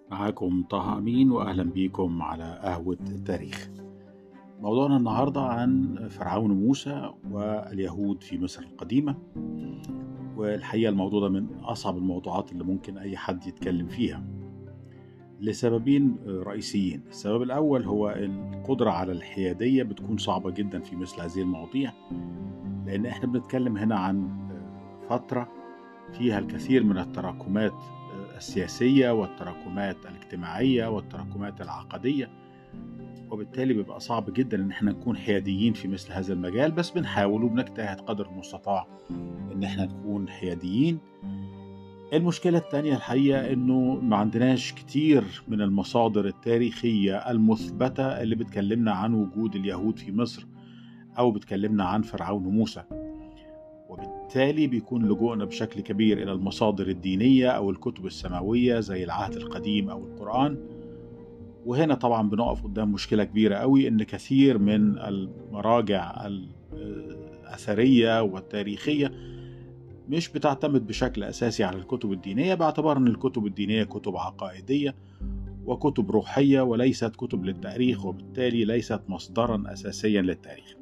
معاكم طه أمين وأهلا بيكم على قهوة التاريخ. موضوعنا النهاردة عن فرعون موسى واليهود في مصر القديمة، والحقيقة الموضوع ده من أصعب الموضوعات اللي ممكن أي حد يتكلم فيها لسببين رئيسيين. السبب الأول هو القدرة على الحيادية بتكون صعبة جدا في مثل هذه المواضيع، لأن إحنا بنتكلم هنا عن فترة فيها الكثير من التراكمات السياسية والتراكمات الاجتماعية والتراكمات العقدية، وبالتالي بيبقى صعب جدا ان احنا نكون حياديين في مثل هذا المجال، بس بنحاول وبنجتهد قدر المستطاع ان احنا نكون حياديين. المشكلة التانية الحقيقة انه ما عندناش كتير من المصادر التاريخية المثبتة اللي بتكلمنا عن وجود اليهود في مصر او بتكلمنا عن فرعون موسى، وبالتالي بيكون لجوءنا بشكل كبير إلى المصادر الدينية أو الكتب السماوية زي العهد القديم أو القرآن. وهنا طبعا بنقف قدام مشكلة كبيرة قوي، إن كثير من المراجع الأثرية والتاريخية مش بتعتمد بشكل أساسي على الكتب الدينية، باعتبار أن الكتب الدينية كتب عقائدية وكتب روحية وليست كتب للتاريخ، وبالتالي ليست مصدرا أساسيا للتاريخ.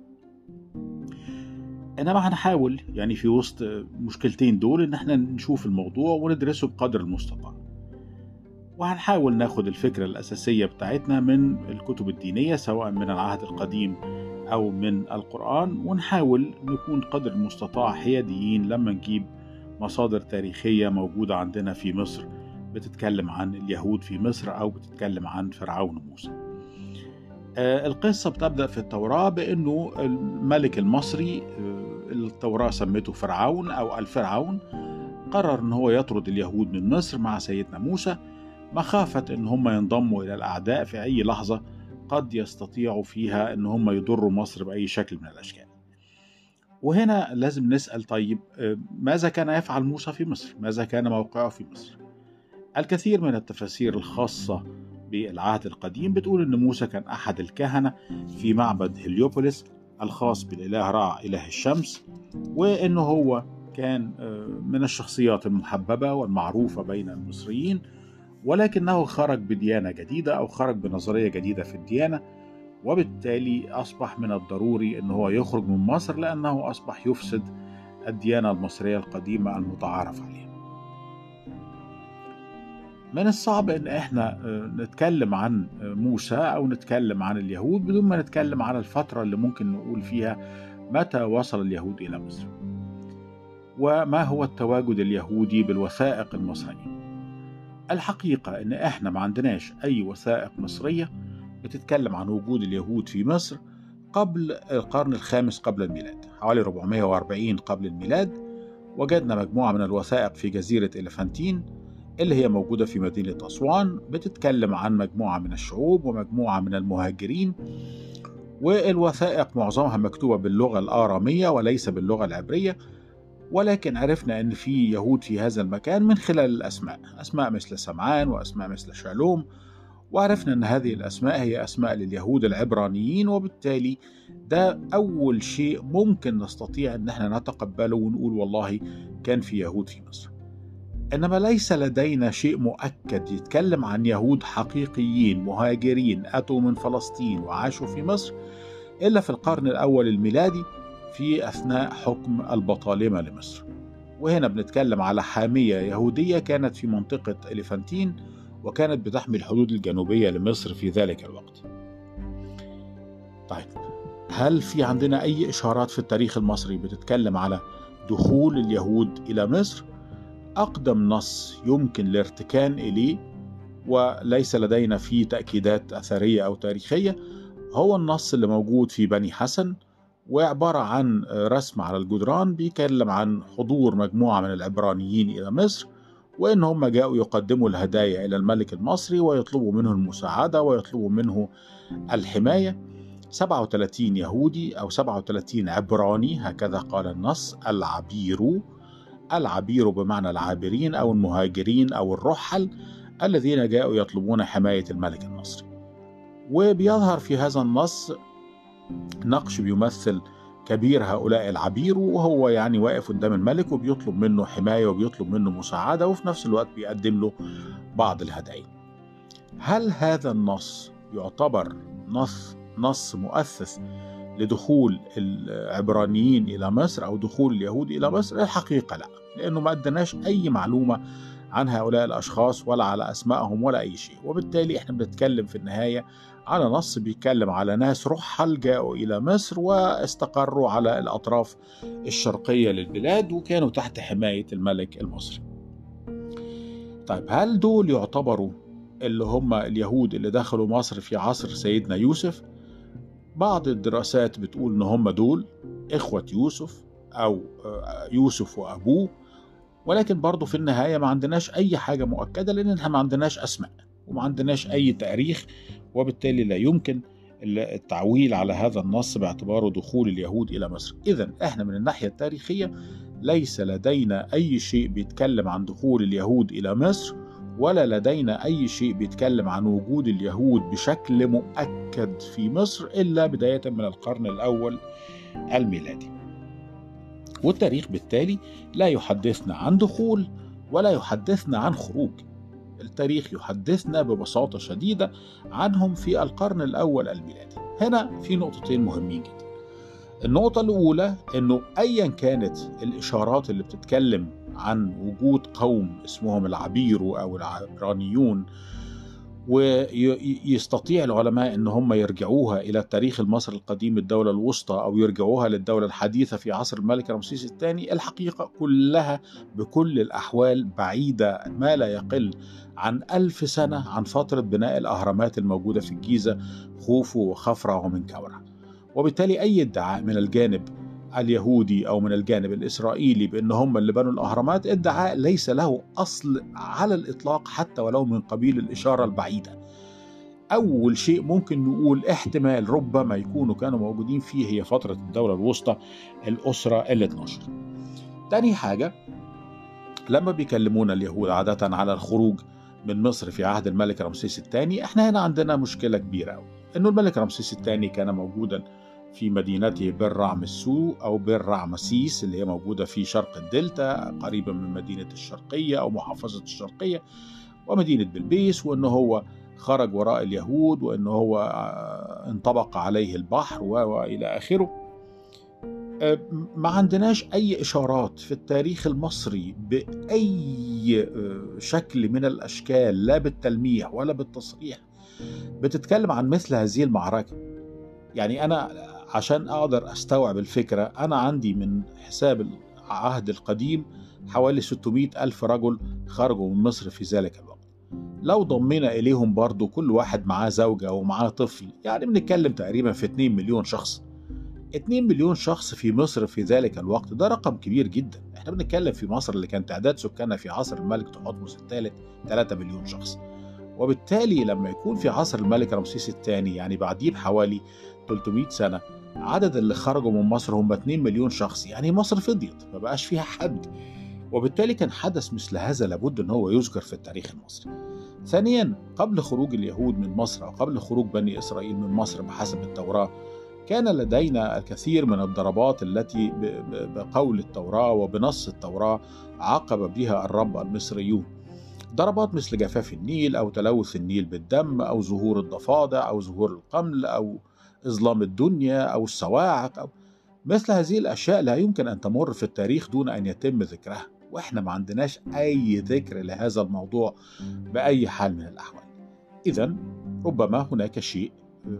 إنما هنحاول يعني في وسط مشكلتين دول إن احنا نشوف الموضوع وندرسه بقدر المستطاع، وهنحاول ناخد الفكرة الأساسية بتاعتنا من الكتب الدينية سواء من العهد القديم أو من القرآن، ونحاول نكون قدر المستطاع حياديين لما نجيب مصادر تاريخية موجودة عندنا في مصر بتتكلم عن اليهود في مصر أو بتتكلم عن فرعون موسى. القصة بتبدأ في التوراة بأنه الملك المصري، التوراة سمته فرعون أو الفرعون، قرر أن هو يطرد اليهود من مصر مع سيدنا موسى، مخافة أن هم ينضموا إلى الأعداء في أي لحظة قد يستطيعوا فيها أن هم يضروا مصر بأي شكل من الأشكال. وهنا لازم نسأل، طيب ماذا كان يفعل موسى في مصر؟ ماذا كان موقعه في مصر؟ الكثير من التفاسير الخاصة بالعهد القديم بتقول أن موسى كان أحد الكهنة في معبد هليوبوليس الخاص بالإله رع إله الشمس، وأنه هو كان من الشخصيات المحببة والمعروفة بين المصريين، ولكنه خرج بديانة جديدة أو خرج بنظرية جديدة في الديانة، وبالتالي أصبح من الضروري أنه هو يخرج من مصر لأنه أصبح يفسد الديانة المصرية القديمة المتعارف عليها. من الصعب أن احنا نتكلم عن موسى أو نتكلم عن اليهود بدون ما نتكلم عن الفترة اللي ممكن نقول فيها متى وصل اليهود إلى مصر، وما هو التواجد اليهودي بالوثائق المصرية. الحقيقة أن احنا ما عندناش أي وثائق مصرية بتتكلم عن وجود اليهود في مصر قبل القرن الخامس قبل الميلاد، حوالي 440 قبل الميلاد. وجدنا مجموعة من الوثائق في جزيرة إلفانتين اللي هي موجودة في مدينة أسوان، بتتكلم عن مجموعة من الشعوب ومجموعة من المهاجرين، والوثائق معظمها مكتوبة باللغة الآرامية وليس باللغة العبرية، ولكن عرفنا أن في يهود في هذا المكان من خلال الأسماء، أسماء مثل سمعان وأسماء مثل شالوم، وعرفنا أن هذه الأسماء هي أسماء لليهود العبرانيين، وبالتالي ده أول شيء ممكن نستطيع أن احنا نتقبله ونقول والله كان في يهود في مصر. إنما ليس لدينا شيء مؤكد يتكلم عن يهود حقيقيين مهاجرين أتوا من فلسطين وعاشوا في مصر إلا في القرن الأول الميلادي في أثناء حكم البطالمة لمصر. وهنا بنتكلم على حامية يهودية كانت في منطقة إليفانتين، وكانت بتحمي الحدود الجنوبية لمصر في ذلك الوقت. طيب، هل في عندنا أي إشارات في التاريخ المصري بتتكلم على دخول اليهود إلى مصر؟ أقدم نص يمكن الارتكان إليه وليس لدينا فيه تأكيدات أثرية أو تاريخية هو النص اللي موجود في بني حسن، وعبارة عن رسم على الجدران بيتكلم عن حضور مجموعة من العبرانيين إلى مصر، وإن هم جاءوا يقدموا الهدايا إلى الملك المصري ويطلبوا منه المساعدة ويطلبوا منه الحماية. 37 يهودي أو 37 عبراني، هكذا قال النص، العبير بمعنى العابرين أو المهاجرين أو الرحل الذين جاءوا يطلبون حماية الملك المصري. وبيظهر في هذا النص نقش بيمثل كبير هؤلاء العبير، وهو يعني واقف قدام الملك وبيطلب منه حماية وبيطلب منه مساعدة، وفي نفس الوقت بيقدم له بعض الهدايا. هل هذا النص يعتبر نص مؤسس لدخول العبرانيين إلى مصر أو دخول اليهود إلى مصر؟ الحقيقة لا، لأنه ما أدناش أي معلومة عن هؤلاء الأشخاص ولا على أسمائهم ولا أي شيء. وبالتالي إحنا بنتكلم في النهاية على نص بيتكلم على ناس رحل جاءوا إلى مصر واستقروا على الأطراف الشرقية للبلاد وكانوا تحت حماية الملك المصري. طيب هل دول يعتبروا اللي هم اليهود اللي دخلوا مصر في عصر سيدنا يوسف؟ بعض الدراسات بتقول إن هم دول إخوة يوسف أو يوسف وأبوه، ولكن برضو في النهاية ما عندناش أي حاجة مؤكدة لأن احنا ما عندناش أسماء وما عندناش أي تاريخ، وبالتالي لا يمكن التعويل على هذا النص باعتباره دخول اليهود إلى مصر. إذن احنا من الناحية التاريخية ليس لدينا أي شيء بيتكلم عن دخول اليهود إلى مصر، ولا لدينا أي شيء بيتكلم عن وجود اليهود بشكل مؤكد في مصر إلا بداية من القرن الأول الميلادي. والتاريخ بالتالي لا يحدثنا عن دخول ولا يحدثنا عن خروج، التاريخ يحدثنا ببساطة شديدة عنهم في القرن الأول الميلادي. هنا في نقطتين مهمين جدا. النقطة الأولى أنه أيا كانت الإشارات اللي بتتكلم عن وجود قوم اسمهم العبيرو أو العبرانيون، ويستطيع العلماء أن هم يرجعوها إلى التاريخ المصري القديم الدولة الوسطى أو يرجعوها للدولة الحديثة في عصر الملك رمسيس الثاني، الحقيقة كلها بكل الأحوال بعيدة ما لا يقل عن 1000 سنة عن فترة بناء الأهرامات الموجودة في الجيزة، خوفو وخفرع ومنكورع. وبالتالي أي ادعاء من الجانب اليهودي أو من الجانب الإسرائيلي بأن هم اللي بنوا الأهرامات ادعاء ليس له أصل على الإطلاق حتى ولو من قبيل الإشارة البعيدة. أول شيء ممكن نقول احتمال ربما يكونوا كانوا موجودين فيه هي فترة الدولة الوسطى، الأسرة ال12. تاني حاجة، لما بيكلمونا اليهود عادة على الخروج من مصر في عهد الملك رمسيس الثاني، احنا هنا عندنا مشكلة كبيرة أوي، إنه الملك رمسيس الثاني كان موجودا في مدينته بير رعمسو أو بير رعمسيس اللي هي موجودة في شرق الدلتا قريبا من مدينة الشرقية أو محافظة الشرقية ومدينة بلبيس، وأنه هو خرج وراء اليهود وأنه هو انطبق عليه البحر وإلى آخره. ما عندناش أي إشارات في التاريخ المصري بأي شكل من الأشكال، لا بالتلميح ولا بالتصريح، بتتكلم عن مثل هذه المعركة. يعني أنا عشان أقدر أستوعب الفكرة، أنا عندي من حساب العهد القديم حوالي 600 ألف رجل خرجوا من مصر في ذلك الوقت. لو ضمنا إليهم برضو كل واحد معاه زوجة ومعاه طفل، يعني بنتكلم تقريبا في 2 مليون شخص. 2 مليون شخص في مصر في ذلك الوقت ده رقم كبير جدا. احنا بنتكلم في مصر اللي كان تعداد سكانها في عصر الملك تحتمس الثالث 3 مليون شخص. وبالتالي لما يكون في عصر الملك رمسيس الثاني يعني بعديه بحوالي 300 سنة عدد اللي خرجوا من مصر هم 2 مليون شخص، يعني مصر فضيت ما بقاش فيها حد. وبالتالي كان حدث مثل هذا لابد ان هو يذكر في التاريخ المصري. ثانيا، قبل خروج اليهود من مصر أو قبل خروج بني إسرائيل من مصر بحسب التوراة كان لدينا الكثير من الضربات التي بقول التوراة وبنص التوراة عاقب بها الرب المصريون. ضربات مثل جفاف النيل أو تلوث النيل بالدم أو ظهور الضفادع أو ظهور القمل أو إظلام الدنيا أو الصواعق أو مثل هذه الأشياء لا يمكن أن تمر في التاريخ دون أن يتم ذكرها، وإحنا ما عندناش أي ذكر لهذا الموضوع بأي حال من الأحوال. إذن ربما هناك شيء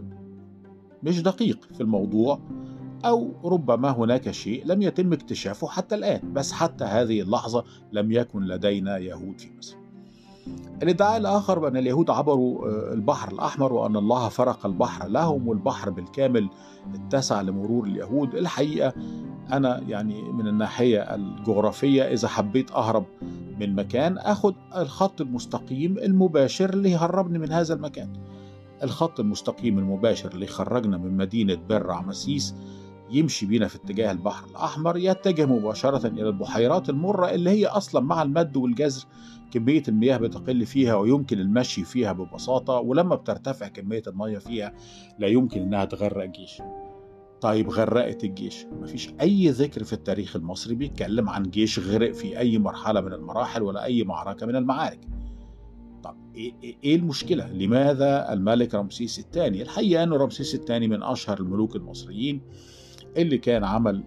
مش دقيق في الموضوع، أو ربما هناك شيء لم يتم اكتشافه حتى الآن، بس حتى هذه اللحظة لم يكن لدينا يهود في مصر. الادعاء الآخر بأن اليهود عبروا البحر الأحمر وأن الله فرق البحر لهم والبحر بالكامل اتسع لمرور اليهود. الحقيقة أنا يعني من الناحية الجغرافية إذا حبيت أهرب من مكان أخذ الخط المستقيم المباشر اللي يهربني من هذا المكان. الخط المستقيم المباشر اللي خرجنا من مدينة بير رعمسيس يمشي بينا في اتجاه البحر الأحمر، يتجه مباشرة إلى البحيرات المرة اللي هي أصلا مع المد والجزر كمية المياه بتقل فيها ويمكن المشي فيها ببساطة، ولما بترتفع كمية المياه فيها لا يمكن أنها تغرق جيش. طيب غرقت الجيش، مفيش أي ذكر في التاريخ المصري بيتكلم عن جيش غرق في أي مرحلة من المراحل ولا أي معركة من المعارك. طب إيه المشكلة؟ لماذا الملك رمسيس الثاني؟ الحقيقة أنه رمسيس الثاني من أشهر الملوك المصريين اللي كان عمل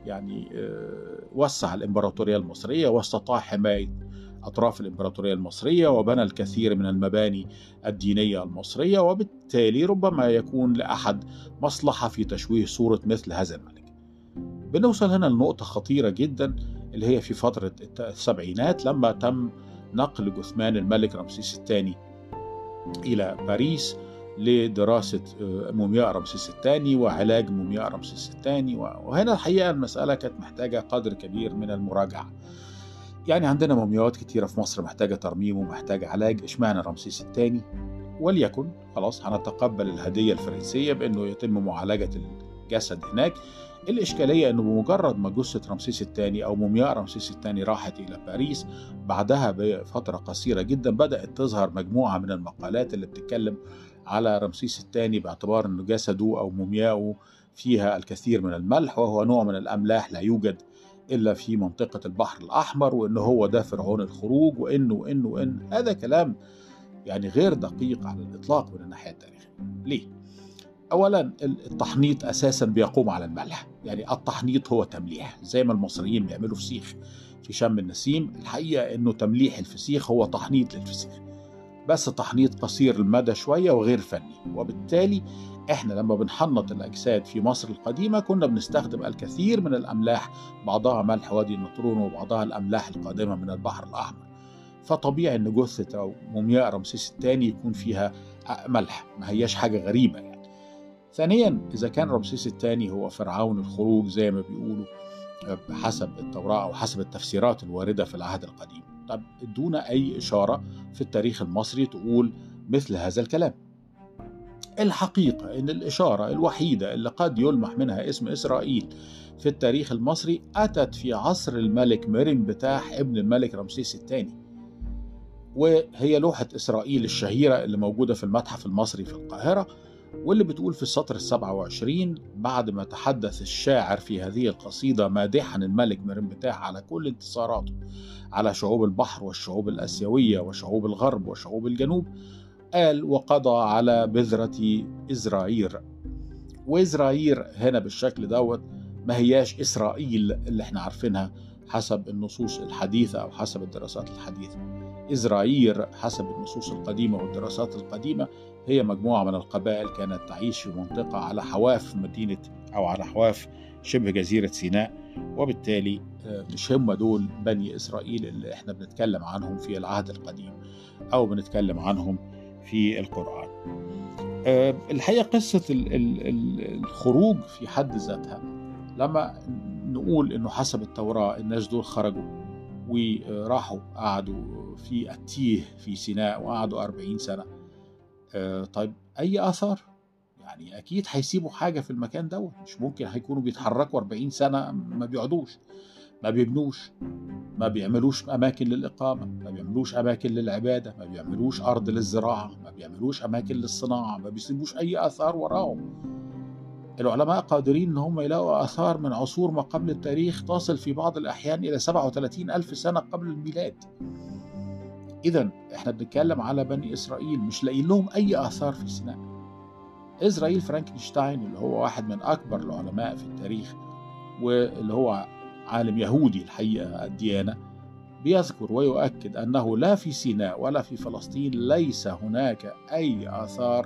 وسع الإمبراطورية المصرية واستطاع حماية أطراف الإمبراطورية المصرية، وبنى الكثير من المباني الدينية المصرية، وبالتالي ربما يكون لأحد مصلحة في تشويه صورة مثل هذا الملك. بنوصل هنا لنقطة خطيرة جدا اللي هي في فترة السبعينات، لما تم نقل جثمان الملك رمسيس الثاني إلى باريس لدراسة مومياء رمسيس الثاني وعلاج مومياء رمسيس الثاني. وهنا الحقيقة المسألة كانت محتاجة قدر كبير من المراجعة. يعني عندنا مومياوات كتيرة في مصر محتاجة ترميم ومحتاجة علاج، اشمعنى رمسيس الثاني؟ وليكن خلاص هنتقبل الهدية الفرنسية بأنه يتم معالجة الجسد هناك. الإشكالية أنه بمجرد ما جثة رمسيس الثاني أو مومياء رمسيس الثاني راحت إلى باريس، بعدها بفترة قصيرة جدا بدأت تظهر مجموعة من المقالات اللي بتتكلم على رمسيس الثاني باعتبار أنه جسده أو مومياءه فيها الكثير من الملح، وهو نوع من الأملاح لا يوجد إلا في منطقة البحر الأحمر، وإنه هو ده فرعون الخروج، وإن هذا كلام يعني غير دقيق على الإطلاق من الناحية التاريخية. ليه؟ أولا التحنيط أساسا بيقوم على الملح، يعني التحنيط هو تمليح زي ما المصريين بيعملوا فسيخ في شم النسيم. الحقيقة أنه تمليح الفسيخ هو تحنيط للفسيخ، بس تحنيط قصير المدى شوية وغير فني. وبالتالي احنا لما بنحنط الأجساد في مصر القديمة كنا بنستخدم الكثير من الأملاح، بعضها ملح وادي النطرون وبعضها الأملاح القادمة من البحر الأحمر. فطبيعي أن جثة أو مومياء رمسيس الثاني يكون فيها ملح، ما هياش حاجة غريبة يعني. ثانيا، إذا كان رمسيس الثاني هو فرعون الخروج زي ما بيقولوا حسب التوراة أو حسب التفسيرات الواردة في العهد القديم، طب ادونا أي إشارة في التاريخ المصري تقول مثل هذا الكلام. الحقيقة إن الإشارة الوحيدة اللي قد يلمح منها اسم إسرائيل في التاريخ المصري أتت في عصر الملك مرنبتاح ابن الملك رمسيس الثاني، وهي لوحة إسرائيل الشهيرة اللي موجودة في المتحف المصري في القاهرة، واللي بتقول في السطر 27 بعد ما تحدث الشاعر في هذه القصيدة مادحا الملك مرنبتاح على كل انتصاراته على شعوب البحر والشعوب الآسيوية وشعوب الغرب وشعوب الجنوب، قال وقضى على بذرة إزراير. وإزراير هنا بالشكل دوت ما هياش إسرائيل اللي احنا عارفينها حسب النصوص الحديثة أو حسب الدراسات الحديثة. إزراير حسب النصوص القديمة والدراسات القديمة هي مجموعة من القبائل كانت تعيش في منطقة على حواف مدينة أو على حواف شبه جزيرة سيناء، وبالتالي مش هم دول بني إسرائيل اللي احنا بنتكلم عنهم في العهد القديم أو بنتكلم عنهم في القرآن. الحقيقة قصة الخروج في حد ذاتها، لما نقول إنه حسب التوراة الناس دول خرجوا وراحوا قعدوا في التيه في سيناء وقعدوا 40 سنة، طيب أي آثار؟ يعني أكيد هيسيبوا حاجة في المكان دوت، مش ممكن هيكونوا بيتحركوا 40 سنة ما بيقعدوش، ما بيبنوش، ما بيعملوش أماكن للإقامة، ما بيعملوش أماكن للعبادة، ما بيعملوش أرض للزراعة، ما بيعملوش أماكن للصناعة، ما بيسيبوش أي آثار وراهم. العلماء قادرين أن هم يلاقوا آثار من عصور ما قبل التاريخ تصل في بعض الأحيان إلى 37 ألف سنة قبل الميلاد. إذن إحنا بنتكلم على بني إسرائيل مش لاقيين لهم أي آثار في سيناء. إسرائيل فرانكنشتاين اللي هو واحد من أكبر العلماء في التاريخ واللي هو عالم يهودي الحقيقة الديانة، بيذكر ويؤكد أنه لا في سيناء ولا في فلسطين ليس هناك أي آثار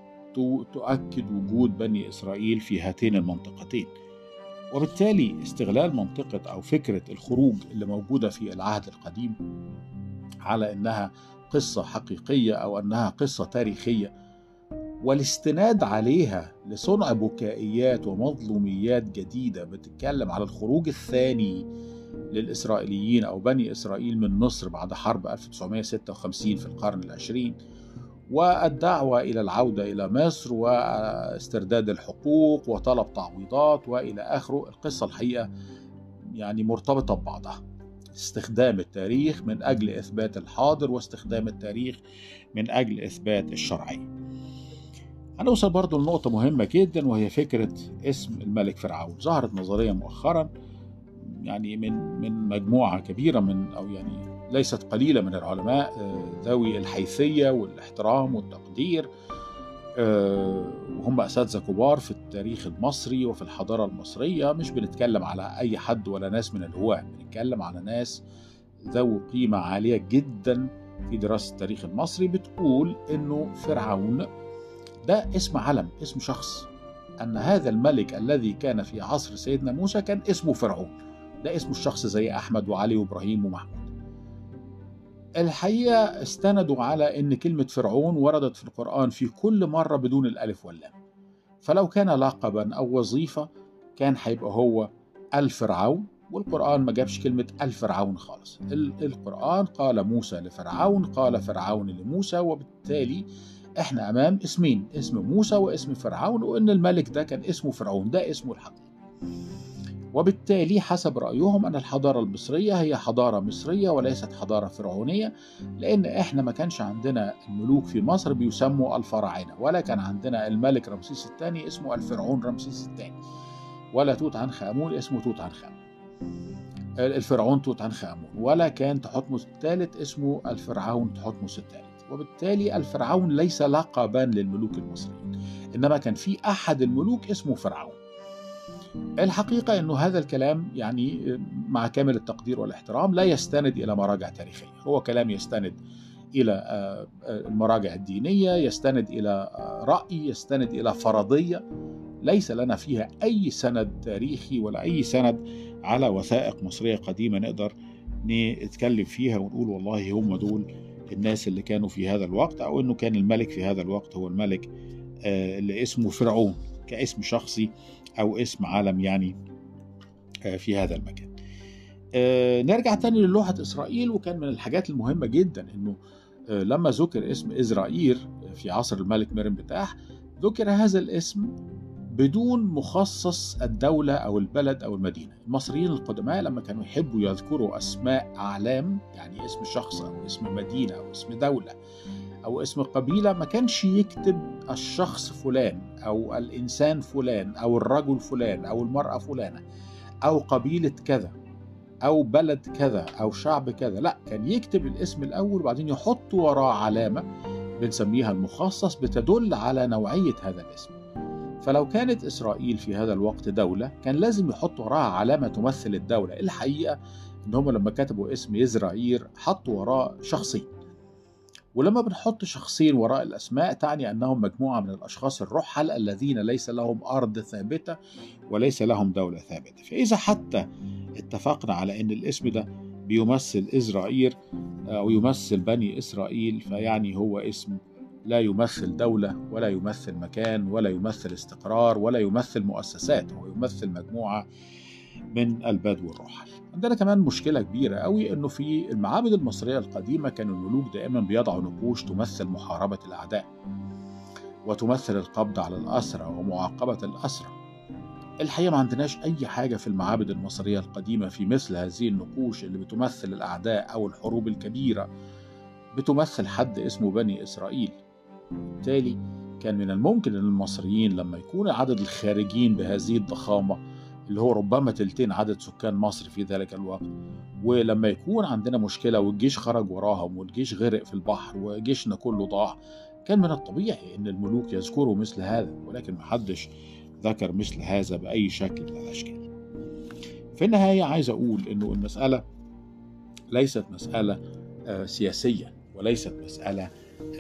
تؤكد وجود بني إسرائيل في هاتين المنطقتين. وبالتالي استغلال منطقة أو فكرة الخروج اللي موجودة في العهد القديم على أنها قصة حقيقية أو أنها قصة تاريخية، والاستناد عليها لصنع بكائيات ومظلوميات جديدة بتتكلم على الخروج الثاني للإسرائيليين أو بني إسرائيل من مصر بعد حرب 1956 في القرن العشرين، والدعوة إلى العودة إلى مصر واسترداد الحقوق وطلب تعويضات وإلى آخره. القصة الحقيقة يعني مرتبطة ببعضها، استخدام التاريخ من أجل إثبات الحاضر واستخدام التاريخ من أجل إثبات الشرعية. هنوصل برضو لنقطة مهمة جدا، وهي فكرة اسم الملك فرعون. ظهرت نظرية مؤخرا يعني من مجموعة كبيرة أو يعني ليست قليلة من العلماء ذوي الحيثية والاحترام والتقدير، وهم أساتذة كبار في التاريخ المصري وفي الحضارة المصرية. مش بنتكلم على أي حد ولا ناس من الهواة، بنتكلم على ناس ذو قيمة عالية جدا في دراسة التاريخ المصري، بتقول إنه فرعون ده اسم علم، اسم شخص، أن هذا الملك الذي كان في عصر سيدنا موسى كان اسمه فرعون، ده اسم الشخص زي أحمد وعلي وإبراهيم ومحمود. الحقيقة استندوا على أن كلمة فرعون وردت في القرآن في كل مرة بدون الألف واللام، فلو كان لقبا أو وظيفة كان هيبقى هو الفرعون، والقرآن ما جابش كلمة الفرعون خالص. القرآن قال موسى لفرعون، قال فرعون لموسى، وبالتالي احنا أمام اسمين، اسم موسى واسم فرعون، وأن الملك ده كان اسمه فرعون، ده اسمه الحقيقي. وبالتالي حسب رأيهم أن الحضارة المصرية هي حضارة مصرية وليست حضارة فرعونية، لأن إحنا ما كانش عندنا الملوك في مصر بيسموا الفراعنة، ولا كان عندنا الملك رمسيس الثاني اسمه الفرعون رمسيس الثاني، ولا توت عنخ آمون اسمه توت عنخ آمون، الفرعون توت عنخ آمون، ولا كان تحتمس الثالث اسمه الفرعون تحتمس الثالث. وبالتالي الفرعون ليس لقبا للملوك المصريين، إنما كان في أحد الملوك اسمه فرعون. الحقيقة أنه هذا الكلام يعني مع كامل التقدير والاحترام لا يستند إلى مراجع تاريخية، هو كلام يستند إلى المراجع الدينية، يستند إلى رأي، يستند إلى فرضية ليس لنا فيها أي سند تاريخي ولا أي سند على وثائق مصرية قديمة نقدر نتكلم فيها ونقول والله هم دول الناس اللي كانوا في هذا الوقت، أو أنه كان الملك في هذا الوقت هو الملك اللي اسمه فرعون كاسم شخصي أو اسم عالم يعني في هذا المكان. نرجع تاني للوحة إسرائيل، وكان من الحاجات المهمة جدا أنه لما ذكر اسم إزرائيل في عصر الملك مرنبتاح ذكر هذا الاسم بدون مخصص الدولة أو البلد أو المدينة. المصريين القدماء لما كانوا يحبوا يذكروا أسماء أعلام، يعني اسم شخص أو اسم مدينة أو اسم دولة أو اسم قبيلة، ما كانش يكتب الشخص فلان أو الإنسان فلان أو الرجل فلان أو المرأة فلانة أو قبيلة كذا أو بلد كذا أو شعب كذا، لا، كان يكتب الاسم الأول وبعدين يحط وراه علامة بنسميها المخصص بتدل على نوعية هذا الاسم. فلو كانت إسرائيل في هذا الوقت دولة كان لازم يحط وراها علامة تمثل الدولة. الحقيقة إن هم لما كتبوا اسم إزرائيل حطوا وراه شخصين، ولما بنحط شخصين وراء الأسماء تعني أنهم مجموعة من الأشخاص الرحل الذين ليس لهم أرض ثابتة وليس لهم دولة ثابتة. فإذا حتى اتفقنا على أن الاسم ده بيمثل إسرائيل أو يمثل بني إسرائيل، فيعني هو اسم لا يمثل دولة ولا يمثل مكان ولا يمثل استقرار ولا يمثل مؤسسات، هو يمثل مجموعة من البدو الرحل. عندنا كمان مشكلة كبيرة قوي أنه في المعابد المصرية القديمة كانوا الملوك دائما بيضعوا نقوش تمثل محاربة الأعداء وتمثل القبض على الأسرى ومعاقبة الأسرى. الحقيقة ما عندناش أي حاجة في المعابد المصرية القديمة في مثل هذه النقوش اللي بتمثل الأعداء أو الحروب الكبيرة بتمثل حد اسمه بني إسرائيل. بالتالي كان من الممكن أن المصريين لما يكون عدد الخارجين بهذه الضخامة اللي هو ربما تلتين عدد سكان مصر في ذلك الوقت، ولما يكون عندنا مشكلة والجيش خرج وراهم والجيش غرق في البحر وجيشنا كله ضاع، كان من الطبيعي أن الملوك يذكروا مثل هذا، ولكن محدش ذكر مثل هذا بأي شكل من الأشكال. في النهاية عايز أقول أنه المسألة ليست مسألة سياسية وليست مسألة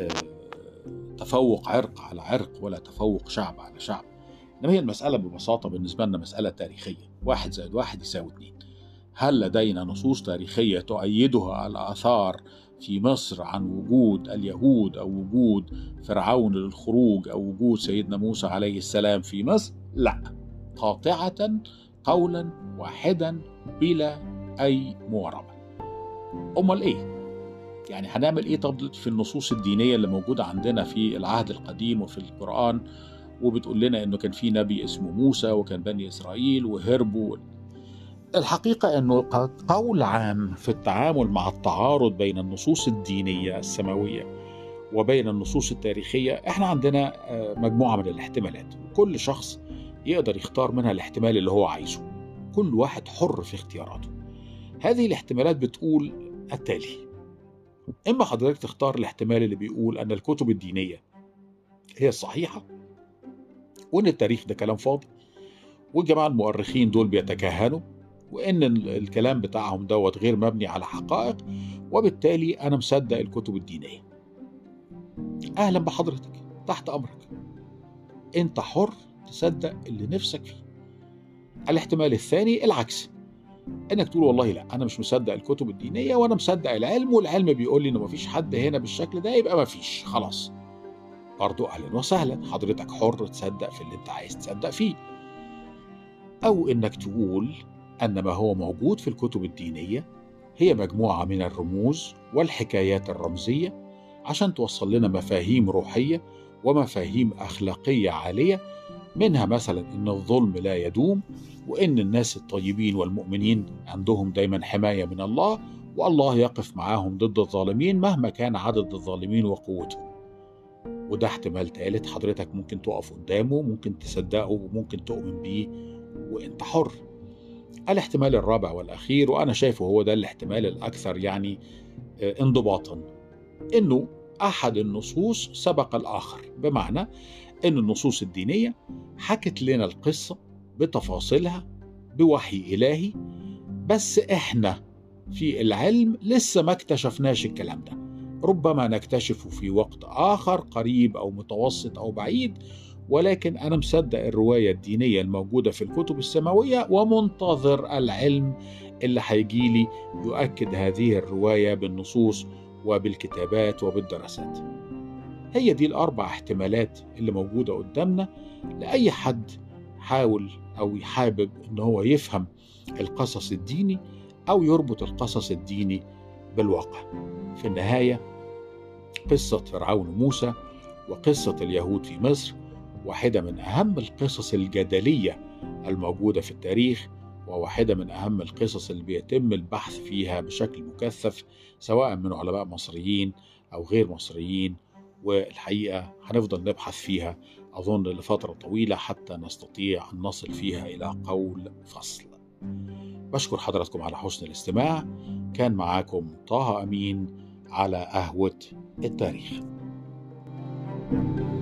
تفوق عرق على عرق ولا تفوق شعب على شعب، إنما هي المسألة ببساطة بالنسبة لنا مسألة تاريخية، 1 زائد 1 يساوي 2. هل لدينا نصوص تاريخية تؤيدها الآثار في مصر عن وجود اليهود أو وجود فرعون للخروج أو وجود سيدنا موسى عليه السلام في مصر؟ لا، قاطعة قولا واحدا بلا أي مواربة. أمال إيه؟ يعني هنعمل إيه طب في النصوص الدينية اللي موجودة عندنا في العهد القديم وفي القرآن وبتقول لنا إنه كان في نبي اسمه موسى وكان بني إسرائيل وهربوا؟ الحقيقة إنه قول عام في التعامل مع التعارض بين النصوص الدينية السماوية وبين النصوص التاريخية، إحنا عندنا مجموعة من الاحتمالات، كل شخص يقدر يختار منها الاحتمال اللي هو عايزه، كل واحد حر في اختياراته. هذه الاحتمالات بتقول التالي: إما حضرتك تختار الاحتمال اللي بيقول أن الكتب الدينية هي الصحيحة، وإن التاريخ ده كلام فاضي، والجماعة المؤرخين دول بيتكهنوا، وإن الكلام بتاعهم دوت غير مبني على حقائق، وبالتالي أنا مصدق الكتب الدينية. أهلا بحضرتك، تحت أمرك، أنت حر تصدق اللي نفسك فيه. الاحتمال الثاني العكس، انك تقول والله لا، انا مش مصدق الكتب الدينيه وانا مصدق العلم، والعلم بيقول لي ان مفيش حد هنا بالشكل ده، يبقى مفيش خلاص. برضو اهلا وسهلا، حضرتك حر تصدق في اللي انت عايز تصدق فيه. او انك تقول ان ما هو موجود في الكتب الدينيه هي مجموعه من الرموز والحكايات الرمزيه عشان توصل لنا مفاهيم روحيه ومفاهيم اخلاقيه عاليه، منها مثلا ان الظلم لا يدوم، وان الناس الطيبين والمؤمنين عندهم دايما حماية من الله، والله يقف معاهم ضد الظالمين مهما كان عدد الظالمين وقوتهم. وده احتمال ثالث حضرتك ممكن تقف قدامه، ممكن تصدقه وممكن تؤمن بيه، وانت حر. الاحتمال الرابع والاخير، وانا شايفه هو ده الاحتمال الاكثر يعني انضباطا، انه احد النصوص سبق الاخر، بمعنى ان النصوص الدينية حكت لنا القصة بتفاصيلها بوحي إلهي، بس إحنا في العلم لسه ما اكتشفناش الكلام ده، ربما نكتشفه في وقت آخر قريب أو متوسط أو بعيد، ولكن أنا مصدق الرواية الدينية الموجودة في الكتب السماوية، ومنتظر العلم اللي هيجيلي يؤكد هذه الرواية بالنصوص وبالكتابات وبالدراسات. هي دي الأربع احتمالات اللي موجودة قدامنا لأي حد حاول أو يحابب إن هو يفهم القصص الديني أو يربط القصص الديني بالواقع. في النهاية قصة فرعون وموسى وقصة اليهود في مصر واحدة من أهم القصص الجدلية الموجودة في التاريخ، وواحدة من أهم القصص اللي بيتم البحث فيها بشكل مكثف سواء من علماء مصريين أو غير مصريين، والحقيقة هنفضل نبحث فيها أظن لفترة طويلة حتى نستطيع أن نصل فيها إلى قول فصل. بشكر حضراتكم على حسن الاستماع. كان معاكم طه أمين على قهوة التاريخ.